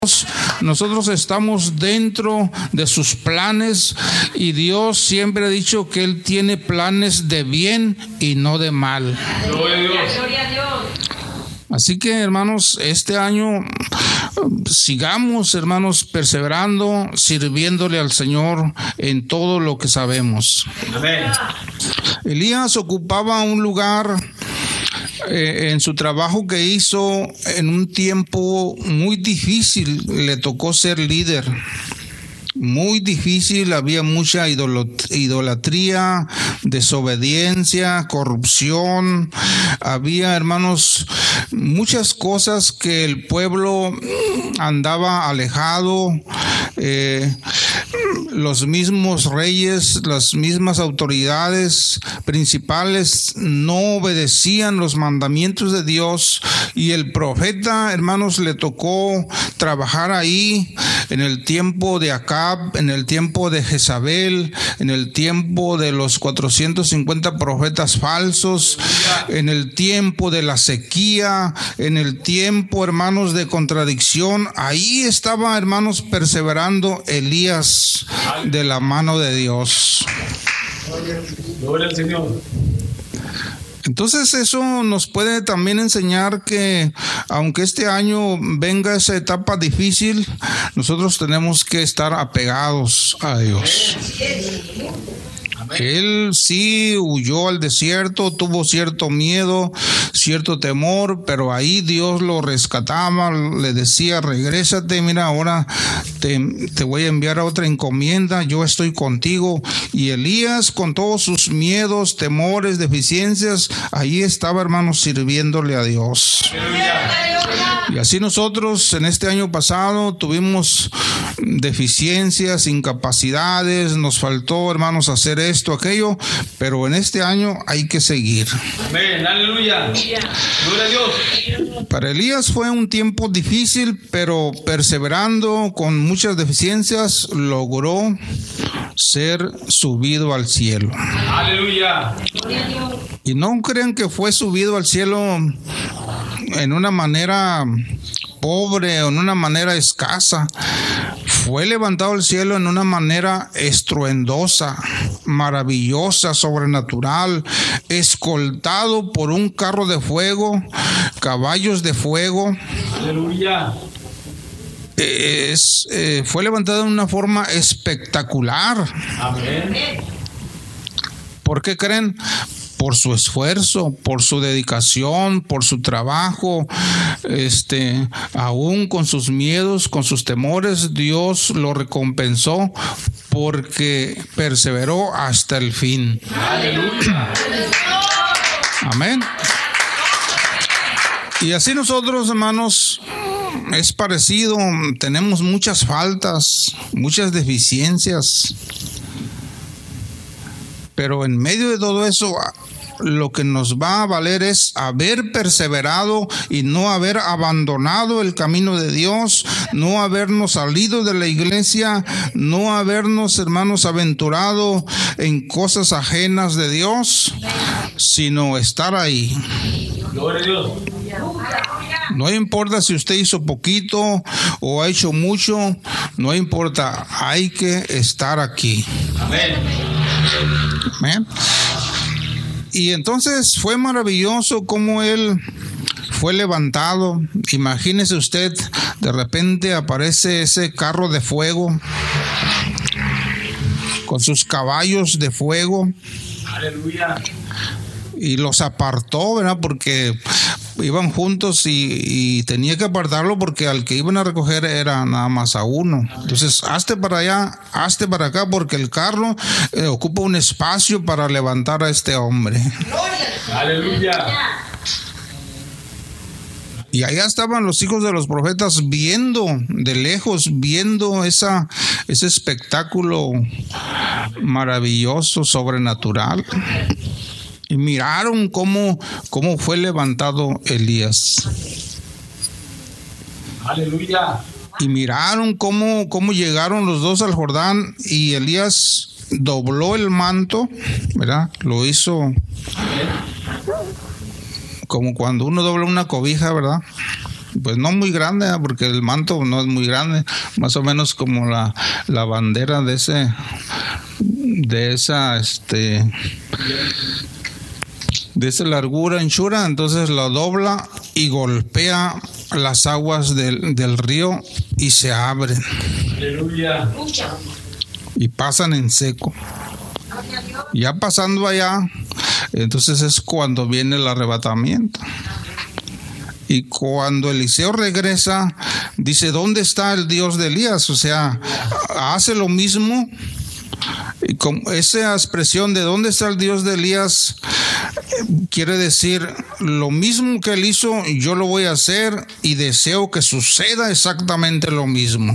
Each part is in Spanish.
Nosotros estamos dentro de sus planes y Dios siempre ha dicho que Él tiene planes de bien y no de mal. Gloria a Dios. Así que, hermanos, este año sigamos, hermanos, perseverando, sirviéndole al Señor en todo lo que sabemos. Amén. Elías ocupaba un lugar en su trabajo que hizo en un tiempo muy difícil. Le tocó ser líder. Muy difícil, había mucha idolatría, desobediencia, corrupción. Había, hermanos, muchas cosas que el pueblo andaba alejado. Los mismos reyes, las mismas autoridades principales no obedecían los mandamientos de Dios, y el profeta, hermanos, le tocó trabajar ahí en el tiempo de Acab, en el tiempo de Jezabel, en el tiempo de los 450 profetas falsos, en el tiempo de la sequía, en el tiempo, hermanos, de contradicción. Ahí estaba, hermanos, perseverando Elías de la mano de Dios. Gloria al Señor. Entonces eso nos puede también enseñar que aunque este año venga esa etapa difícil, nosotros tenemos que estar apegados a Dios. Él sí huyó al desierto, tuvo cierto miedo, cierto temor, pero ahí Dios lo rescataba, le decía: regrésate, mira, ahora te voy a enviar a otra encomienda, yo estoy contigo. Y Elías, con todos sus miedos, temores, deficiencias, ahí estaba, hermanos, sirviéndole a Dios. Y así nosotros en este año pasado tuvimos deficiencias, incapacidades, nos faltó, hermanos, hacer esto, aquello, pero en este año hay que seguir. Amén, aleluya. Gloria a Dios. Para Elías fue un tiempo difícil, pero perseverando con muchas deficiencias, logró ser subido al cielo. Aleluya. Y no crean que fue subido al cielo en una manera pobre o en una manera escasa. Fue levantado al cielo en una manera estruendosa, maravillosa, sobrenatural, escoltado por un carro de fuego, caballos de fuego. Aleluya. Fue levantado en una forma espectacular. Amén. ¿Por qué creen? Por su esfuerzo, por su dedicación, por su trabajo, aún con sus miedos, con sus temores, Dios lo recompensó porque perseveró hasta el fin. Aleluya. Amén. Y así nosotros, hermanos, es parecido, tenemos muchas faltas, muchas deficiencias, pero en medio de todo eso, lo que nos va a valer es haber perseverado y no haber abandonado el camino de Dios, no habernos salido de la iglesia, no habernos, hermanos, aventurado en cosas ajenas de Dios, sino estar ahí. Gloria a Dios. No importa si usted hizo poquito o ha hecho mucho, no importa, hay que estar aquí. Amén. Amén. Y entonces fue maravilloso cómo él fue levantado. Imagínese usted, de repente aparece ese carro de fuego con sus caballos de fuego. Aleluya. Y los apartó, ¿verdad? Porque iban juntos y tenía que apartarlo porque al que iban a recoger era nada más a uno. Entonces, hazte para allá, hazte para acá, porque el carro ocupa un espacio para levantar a este hombre. Aleluya. Y allá estaban los hijos de los profetas viendo de lejos, viendo ese espectáculo maravilloso, sobrenatural. Y miraron cómo fue levantado Elías. Aleluya. Y miraron cómo llegaron los dos al Jordán, y Elías dobló el manto, ¿verdad? Lo hizo como cuando uno dobla una cobija, ¿verdad? pues no muy grande, porque el manto no es muy grande, más o menos como la bandera de esa largura, anchura. Entonces lo dobla y golpea las aguas del río y se abren. Aleluya. Y pasan en seco. Ya pasando allá, entonces es cuando viene el arrebatamiento. Y cuando Eliseo regresa, dice, ¿dónde está el Dios de Elías? O sea, hace lo mismo. Y con esa expresión de ¿dónde está el Dios de Elías? Quiere decir, lo mismo que él hizo, yo lo voy a hacer y deseo que suceda exactamente lo mismo.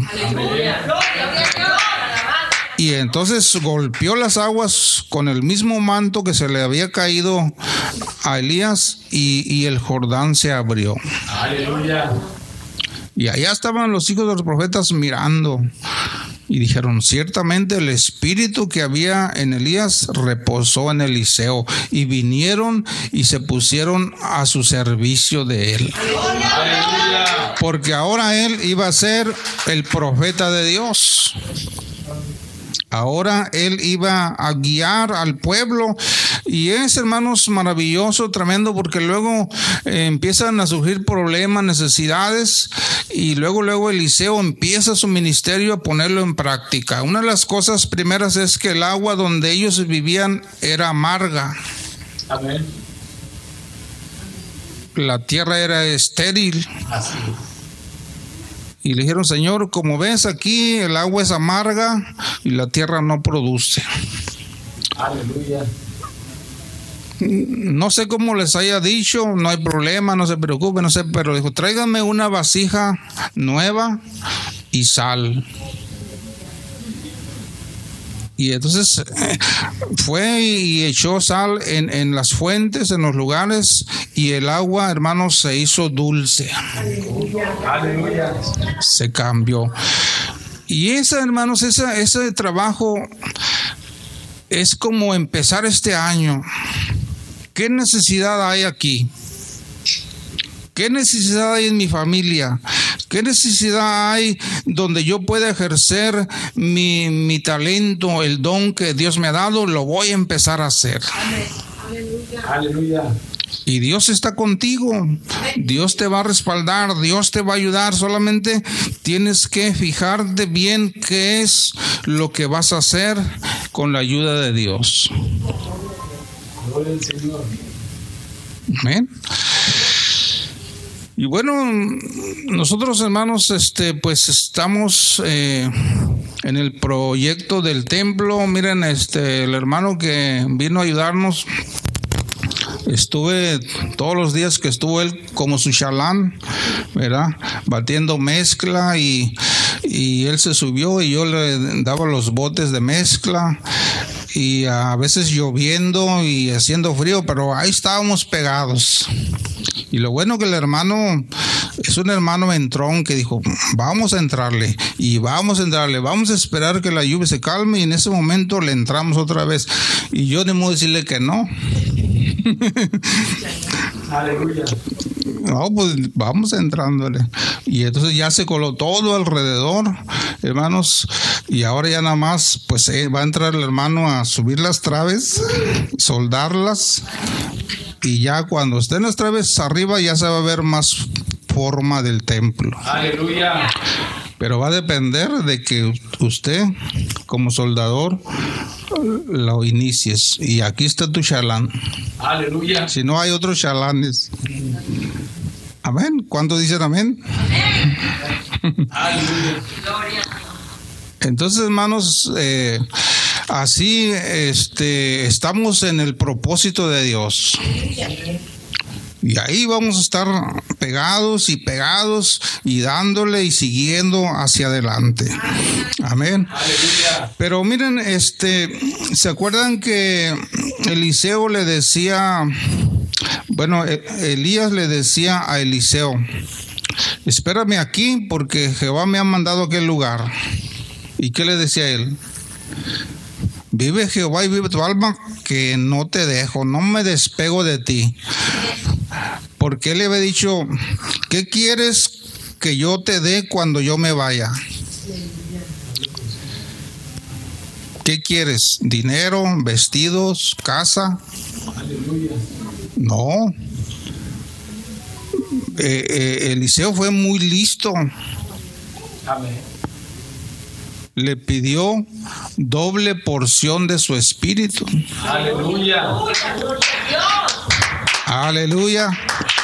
Y entonces golpeó las aguas con el mismo manto que se le había caído a Elías y el Jordán se abrió. Aleluya. Y allá estaban los hijos de los profetas mirando y dijeron, ciertamente el espíritu que había en Elías reposó en Eliseo, y vinieron y se pusieron a su servicio de él. Aleluya. Porque ahora él iba a ser el profeta de Dios. Ahora él iba a guiar al pueblo, y es, hermanos, maravilloso, tremendo, porque luego empiezan a surgir problemas, necesidades, y luego Eliseo empieza su ministerio a ponerlo en práctica. Una de las cosas primeras es que el agua donde ellos vivían era amarga. Amén. La tierra era estéril. Así es. Y le dijeron, Señor, como ves aquí, el agua es amarga y la tierra no produce. Aleluya. No sé cómo les haya dicho, no hay problema, no se preocupe, no sé, pero dijo, tráiganme una vasija nueva y sal. Y entonces fue y echó sal en las fuentes, en los lugares, y el agua, hermanos, se hizo dulce. Aleluya. Se cambió. Y hermanos, ese trabajo es como empezar este año. ¿Qué necesidad hay aquí? ¿Qué necesidad hay en mi familia? ¿Qué necesidad hay donde yo pueda ejercer mi talento, el don que Dios me ha dado? Lo voy a empezar a hacer. Aleluya. Y Dios está contigo. Dios te va a respaldar. Dios te va a ayudar. Solamente tienes que fijarte bien qué es lo que vas a hacer con la ayuda de Dios. Gloria al Señor. Amén. Y bueno, nosotros, hermanos, pues estamos en el proyecto del templo. Miren, el hermano que vino a ayudarnos, estuve todos los días que estuvo él como su chalán, ¿verdad? Batiendo mezcla, y él se subió y yo le daba los botes de mezcla, y a veces lloviendo y haciendo frío, pero ahí estábamos pegados. Y lo bueno que el hermano es un hermano entrón que dijo, vamos a entrarle, vamos a esperar que la lluvia se calme, y en ese momento le entramos otra vez. Y yo ni modo decirle que no. Aleluya. No, pues vamos entrándole. Y entonces ya se coló todo alrededor, hermanos, y ahora ya nada más, pues va a entrar el hermano a subir las traves, soldarlas, y ya cuando estén las traves arriba ya se va a ver más forma del templo. Aleluya. Pero va a depender de que usted, como soldador, lo inicies. Y aquí está tu chalán. Aleluya. Si no hay otros chalanes. Amén. ¿Cuántos dicen amén? Aleluya. Entonces, hermanos, así estamos en el propósito de Dios. Y ahí vamos a estar pegados y dándole y siguiendo hacia adelante. Amén. Aleluya. Pero miren, ¿se acuerdan que Eliseo le decía, Elías le decía a Eliseo, espérame aquí porque Jehová me ha mandado a aquel lugar? ¿Y qué le decía él? Vive Jehová y vive tu alma, que no te dejo, no me despego de ti. Porque él le había dicho ¿qué quieres que yo te dé cuando yo me vaya? ¿Qué quieres? ¿Dinero, vestidos, casa? Aleluya. No. Eliseo fue muy listo. Amén. Le pidió doble porción de su espíritu. Aleluya. Aleluya.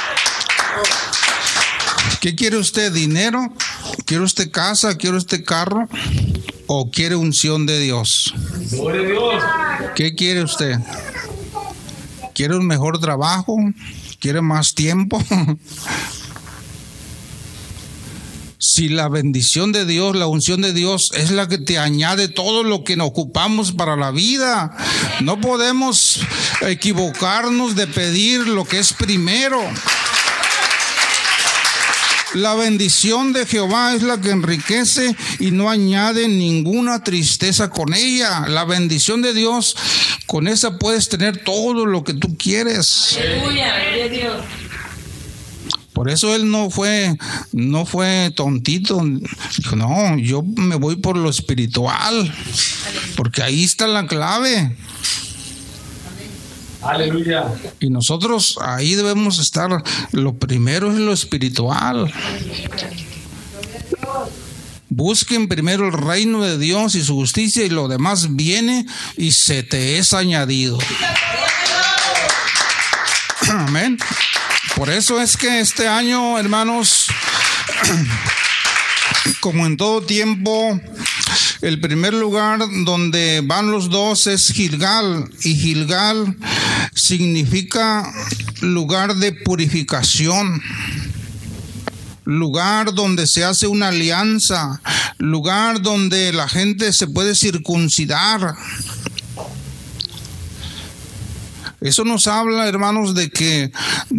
¿Qué quiere usted? ¿Dinero? ¿Quiere usted casa? ¿Quiere usted carro? ¿O quiere unción de Dios? Gloria a Dios. ¿Qué quiere usted? ¿Quiere un mejor trabajo? ¿Quiere más tiempo? Si la bendición de Dios, la unción de Dios es la que te añade todo lo que nos ocupamos para la vida. No podemos equivocarnos de pedir lo que es primero. La bendición de Jehová es la que enriquece y no añade ninguna tristeza con ella. La bendición de Dios, con esa puedes tener todo lo que tú quieres. Aleluya, gloria a Dios. Por eso él no fue tontito. Dijo, no, yo me voy por lo espiritual, porque ahí está la clave. Aleluya. Y nosotros ahí debemos estar. Lo primero es lo espiritual. Busquen primero el reino de Dios y su justicia, y lo demás viene y se te es añadido. Amén. Por eso es que este año, hermanos, como en todo tiempo, el primer lugar donde van los dos es Gilgal, y Gilgal significa lugar de purificación, lugar donde se hace una alianza, lugar donde la gente se puede circuncidar. Eso nos habla, hermanos, de que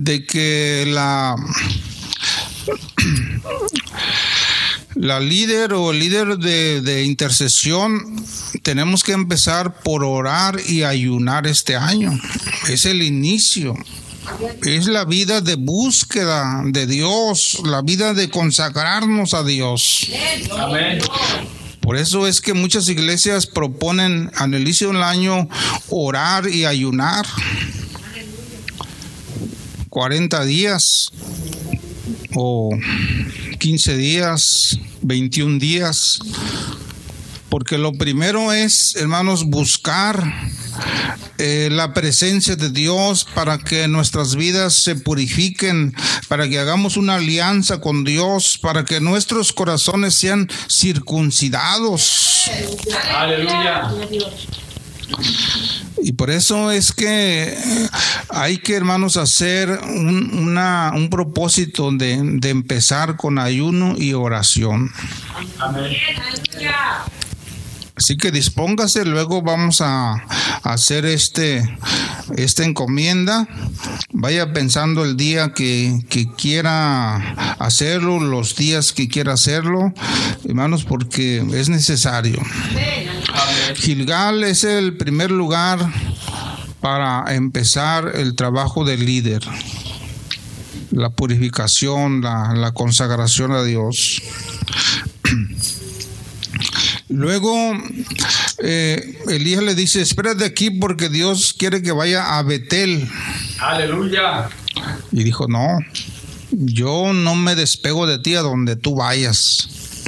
la líder o el líder de intercesión, tenemos que empezar por orar y ayunar este año. Es el inicio. Es la vida de búsqueda de Dios, la vida de consagrarnos a Dios. Amén. Por eso es que muchas iglesias proponen al inicio del año orar y ayunar. 40 días o 15 días, 21 días. Porque lo primero es, hermanos, buscar la presencia de Dios para que nuestras vidas se purifiquen, para que hagamos una alianza con Dios, para que nuestros corazones sean circuncidados. Aleluya. Y por eso es que hay que, hermanos, hacer un propósito de empezar con ayuno y oración. Amén. Así que dispóngase, luego vamos a hacer esta encomienda. Vaya pensando el día que quiera hacerlo, los días que quiera hacerlo, hermanos, porque es necesario. Amén. Gilgal es el primer lugar para empezar el trabajo del líder. La purificación, la consagración a Dios. Luego Elías le dice, espérate aquí porque Dios quiere que vaya a Betel. Aleluya. Y dijo, no, yo no me despego de ti a donde tú vayas.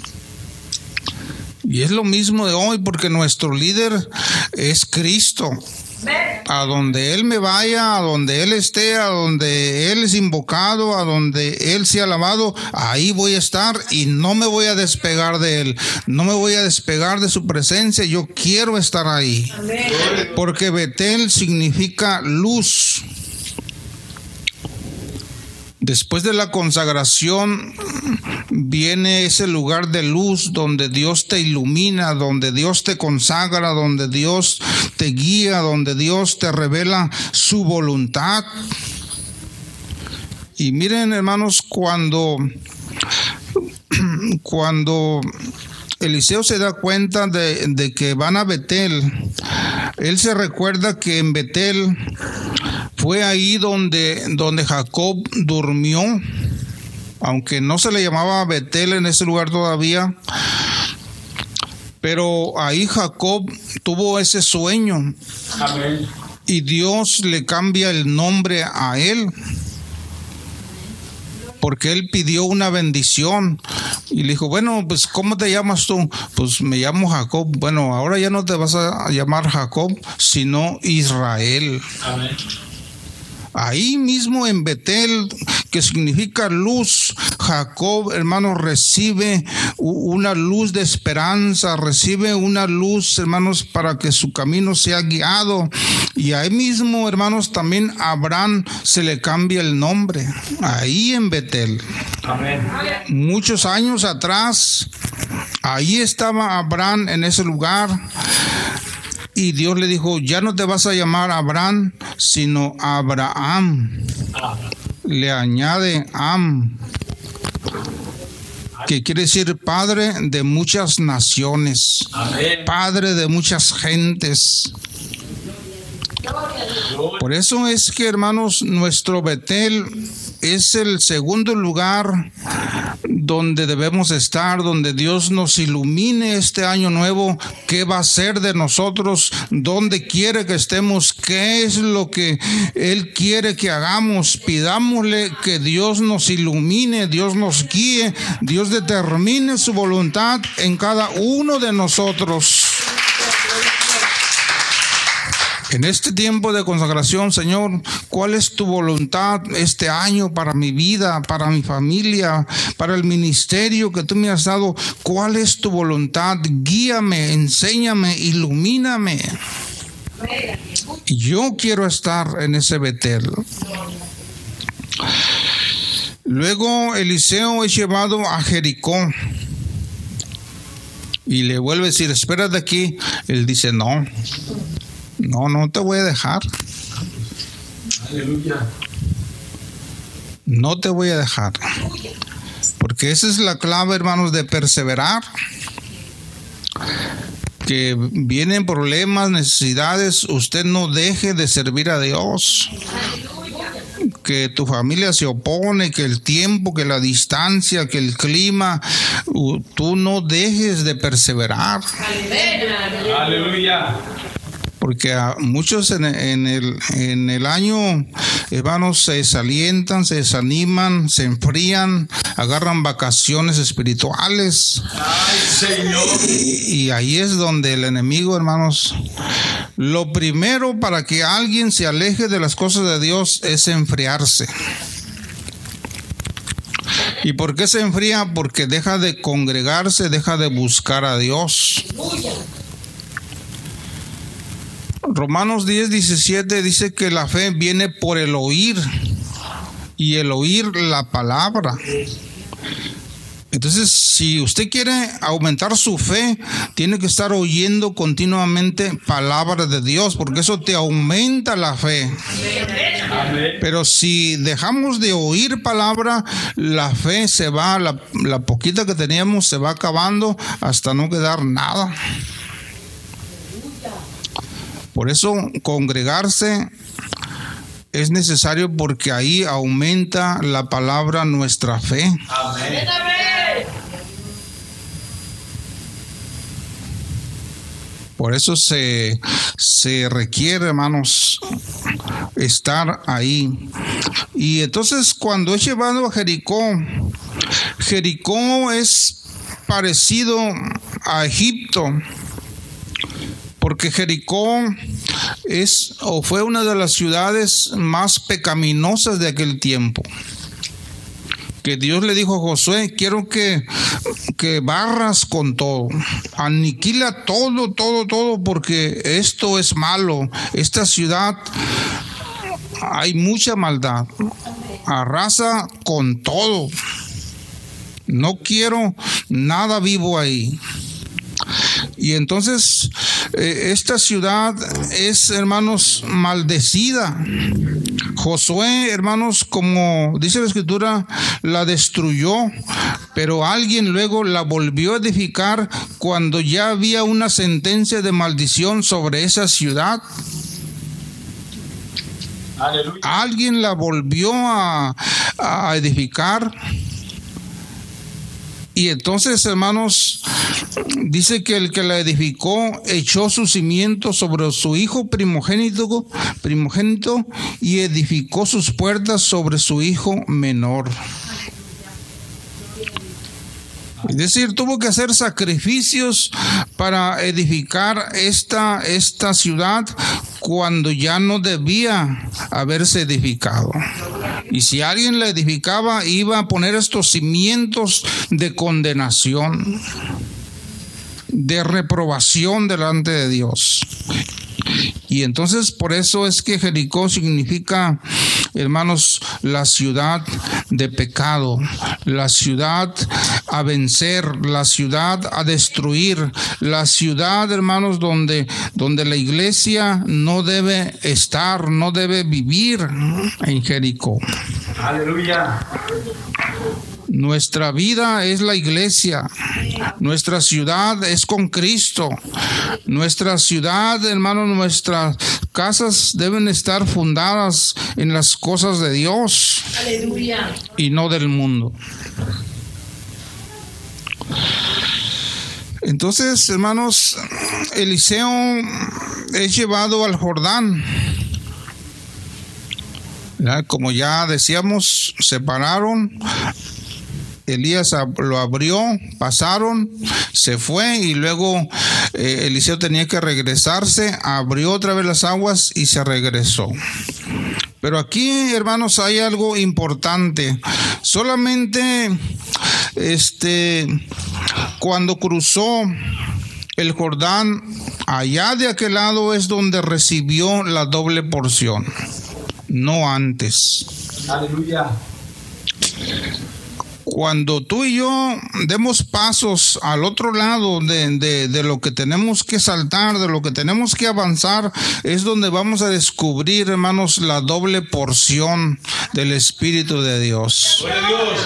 Y es lo mismo de hoy, porque nuestro líder es Cristo. A donde Él me vaya, a donde Él esté, a donde Él es invocado, a donde Él sea alabado, ahí voy a estar y no me voy a despegar de Él. No me voy a despegar de su presencia. Yo quiero estar ahí. Amén. Porque Betel significa luz. Después de la consagración viene ese lugar de luz donde Dios te ilumina, donde Dios te consagra, donde Dios te guía, donde Dios te revela su voluntad. Y miren, hermanos, cuando Eliseo se da cuenta de que van a Betel, él se recuerda que en Betel fue ahí donde Jacob durmió aunque no se le llamaba Betel en ese lugar todavía. Pero ahí Jacob tuvo ese sueño. Amén. Y Dios le cambia el nombre a él, porque él pidió una bendición y le dijo, bueno, pues ¿cómo te llamas tú? Pues me llamo Jacob. Bueno, ahora ya no te vas a llamar Jacob, sino Israel. Amén. Ahí mismo en Betel, que significa luz, Jacob, hermanos, recibe una luz de esperanza, recibe una luz, hermanos, para que su camino sea guiado. Y ahí mismo, hermanos, también a Abraham se le cambia el nombre, ahí en Betel. Amén. Muchos años atrás, ahí estaba Abraham en ese lugar. Y Dios le dijo, ya no te vas a llamar Abraham, sino Abraham. Le añade Am, que quiere decir padre de muchas naciones, Amén. padre de muchas gentes. Por eso es que, hermanos, nuestro Betel es el segundo lugar donde debemos estar, donde Dios nos ilumine este año nuevo, qué va a ser de nosotros, dónde quiere que estemos, qué es lo que Él quiere que hagamos. Pidámosle que Dios nos ilumine, Dios nos guíe, Dios determine su voluntad en cada uno de nosotros. En este tiempo de consagración, Señor, ¿cuál es tu voluntad este año para mi vida, para mi familia, para el ministerio que tú me has dado? ¿Cuál es tu voluntad? Guíame, enséñame, ilumíname. Yo quiero estar en ese Betel. Luego Eliseo es llevado a Jericó y le vuelve a decir, espérate aquí. Él dice, no te voy a dejar. Aleluya. No te voy a dejar. Porque esa es la clave, hermanos, de perseverar. Que vienen problemas, necesidades, usted no deje de servir a Dios. Que tu familia se opone, que el tiempo, que la distancia, que el clima, tú no dejes de perseverar. Aleluya. Porque a muchos en el año, hermanos, se desalientan, se desaniman, se enfrían, agarran vacaciones espirituales. Ay, Señor. Y ahí es donde el enemigo, hermanos, lo primero para que alguien se aleje de las cosas de Dios es enfriarse. ¿Y por qué se enfría? Porque deja de congregarse, deja de buscar a Dios. Romanos 10:17 dice que la fe viene por el oír y el oír la palabra. Entonces, si usted quiere aumentar su fe, tiene que estar oyendo continuamente palabra de Dios, porque eso te aumenta la fe. Amén. Pero si dejamos de oír palabra, la fe se va, la poquita que teníamos se va acabando hasta no quedar nada. Por eso congregarse es necesario, porque ahí aumenta la palabra nuestra fe. Amén. Por eso se requiere, hermanos, estar ahí. Y entonces cuando es llevado a Jericó, Jericó es parecido a Egipto, porque Jericó fue una de las ciudades más pecaminosas de aquel tiempo. Que Dios le dijo a Josué, quiero que barras con todo, aniquila todo, porque esto es malo. Esta ciudad hay mucha maldad. Arrasa con todo. No quiero nada vivo ahí. Y entonces esta ciudad es, hermanos, maldecida. Josué, hermanos, como dice la Escritura, la destruyó, pero alguien luego la volvió a edificar cuando ya había una sentencia de maldición sobre esa ciudad. Aleluya. Alguien la volvió a edificar Y entonces, hermanos, dice que el que la edificó echó su cimiento sobre su hijo primogénito y edificó sus puertas sobre su hijo menor. Es decir, tuvo que hacer sacrificios para edificar esta ciudad cuando ya no debía haberse edificado. Y si alguien la edificaba, iba a poner estos cimientos de condenación, de reprobación delante de Dios. Y entonces por eso es que Jericó significa, hermanos, la ciudad de pecado, la ciudad a vencer, la ciudad a destruir, la ciudad, hermanos, donde la iglesia no debe estar, no debe vivir en Jericó. Aleluya. Nuestra vida es la iglesia. Nuestra ciudad es con Cristo. Nuestra ciudad, hermanos, nuestras casas deben estar fundadas en las cosas de Dios. Aleluya. Y no del mundo. Entonces, hermanos, Eliseo es llevado al Jordán. Como ya decíamos, se pararon. Elías lo abrió, pasaron, se fue y luego Eliseo tenía que regresarse, abrió otra vez las aguas y se regresó. Pero aquí, hermanos, hay algo importante. Solamente cuando cruzó el Jordán, allá de aquel lado es donde recibió la doble porción, no antes. Aleluya. Cuando tú y yo demos pasos al otro lado de lo que tenemos que saltar, de lo que tenemos que avanzar, es donde vamos a descubrir, hermanos, la doble porción del Espíritu de Dios. Gloria a Dios.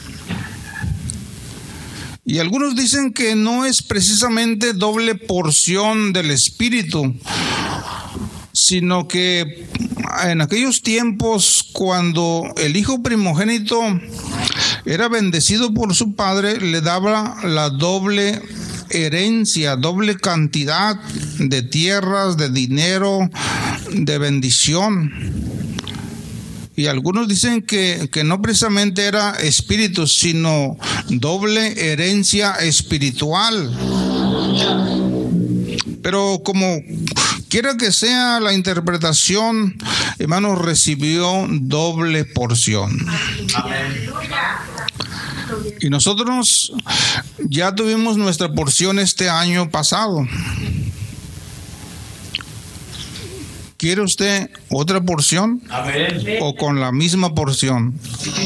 Y algunos dicen que no es precisamente doble porción del Espíritu, sino que en aquellos tiempos cuando el hijo primogénito era bendecido por su padre, le daba la doble herencia, doble cantidad de tierras, de dinero, de bendición. Y algunos dicen que no precisamente era espíritu, sino doble herencia espiritual. Pero como quiera que sea la interpretación, hermanos, recibió doble porción. Amén. Y nosotros ya tuvimos nuestra porción este año pasado. ¿Quiere usted otra porción? Amén. ¿O con la misma porción?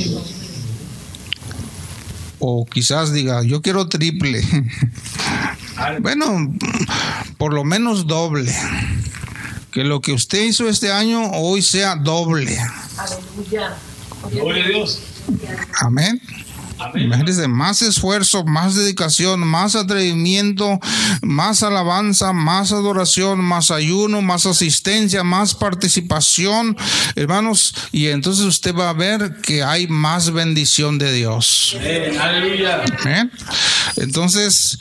O quizás diga, yo quiero triple. Bueno, por lo menos doble. Que lo que usted hizo este año hoy sea doble. Aleluya. Gloria a Dios. Amén. Amén. Imagínense, más esfuerzo, más dedicación, más atrevimiento, más alabanza, más adoración, más ayuno, más asistencia, más participación, hermanos, y entonces usted va a ver que hay más bendición de Dios. Aleluya. ¿Eh? Entonces,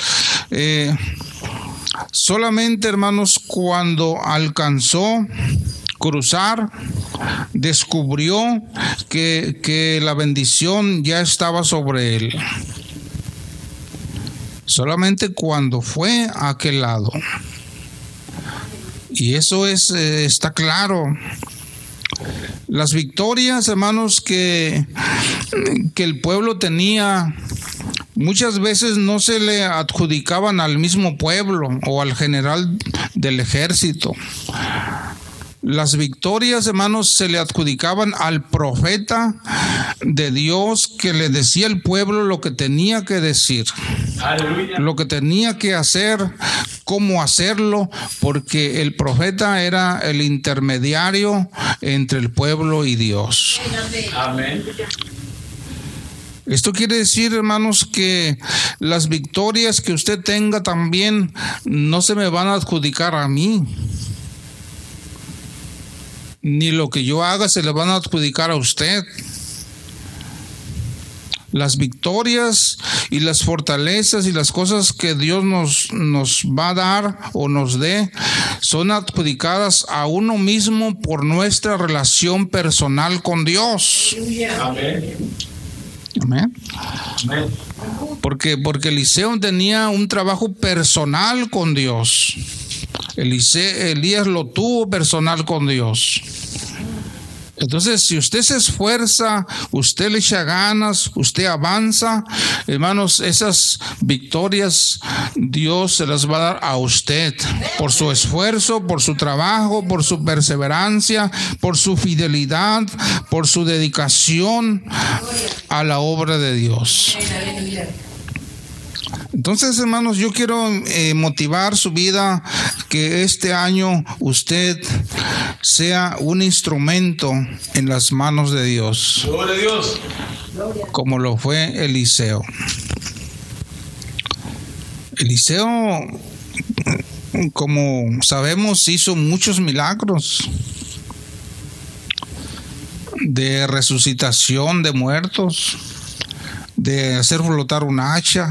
solamente, hermanos, cuando alcanzó cruzar, descubrió que la bendición ya estaba sobre él. Solamente cuando fue a aquel lado. Y eso está claro. Las victorias, hermanos, que el pueblo tenía, muchas veces no se le adjudicaban al mismo pueblo o al general del ejército. Las victorias, hermanos, se le adjudicaban al profeta de Dios que le decía al pueblo lo que tenía que decir. Aleluya. Lo que tenía que hacer, cómo hacerlo, porque el profeta era el intermediario entre el pueblo y Dios. Amén. Esto quiere decir, hermanos, que las victorias que usted tenga también no se me van a adjudicar a mí. Ni lo que yo haga se le van a adjudicar a usted. Las victorias y las fortalezas y las cosas que Dios nos va a dar o nos dé son adjudicadas a uno mismo por nuestra relación personal con Dios. Amén. Amén. Amén. Porque Eliseo tenía un trabajo personal con Dios. Elías lo tuvo personal con Dios. Entonces, si usted se esfuerza, usted le echa ganas, usted avanza, hermanos, esas victorias Dios se las va a dar a usted por su esfuerzo, por su trabajo, por su perseverancia, por su fidelidad, por su dedicación a la obra de Dios. Entonces, hermanos, yo quiero motivar su vida, que este año usted sea un instrumento en las manos de Dios, Gloria a Dios. como lo fue Eliseo. Eliseo, como sabemos, hizo muchos milagros de resucitación de muertos, de hacer flotar un hacha,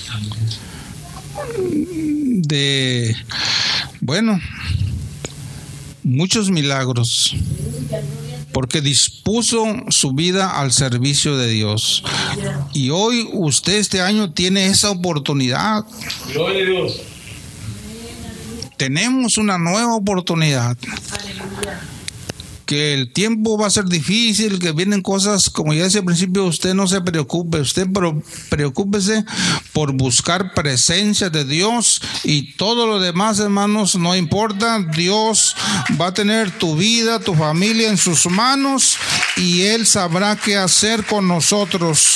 de, bueno, muchos milagros, porque dispuso su vida al servicio de Dios. Y hoy usted este año tiene esa oportunidad. Gloria a Dios. Tenemos una nueva oportunidad. Que el tiempo va a ser difícil, que vienen cosas, como ya decía al principio, usted no se preocupe, usted preocúpese por buscar presencia de Dios, y todo lo demás, hermanos, no importa. Dios va a tener tu vida, tu familia en sus manos, y Él sabrá qué hacer con nosotros.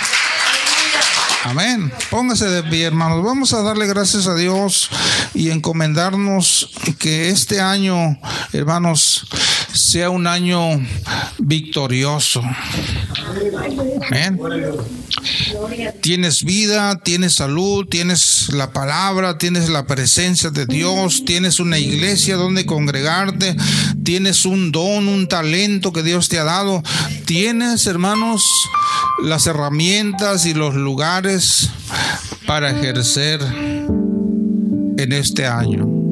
Amén. Póngase de pie, hermanos. Vamos a darle gracias a Dios y encomendarnos que este año, hermanos, sea un año victorioso. Amén. Tienes vida, tienes salud, tienes la palabra, tienes la presencia de Dios, tienes una iglesia donde congregarte, tienes un don, un talento que Dios te ha dado. Tienes, hermanos, las herramientas y los lugares para ejercer en este año.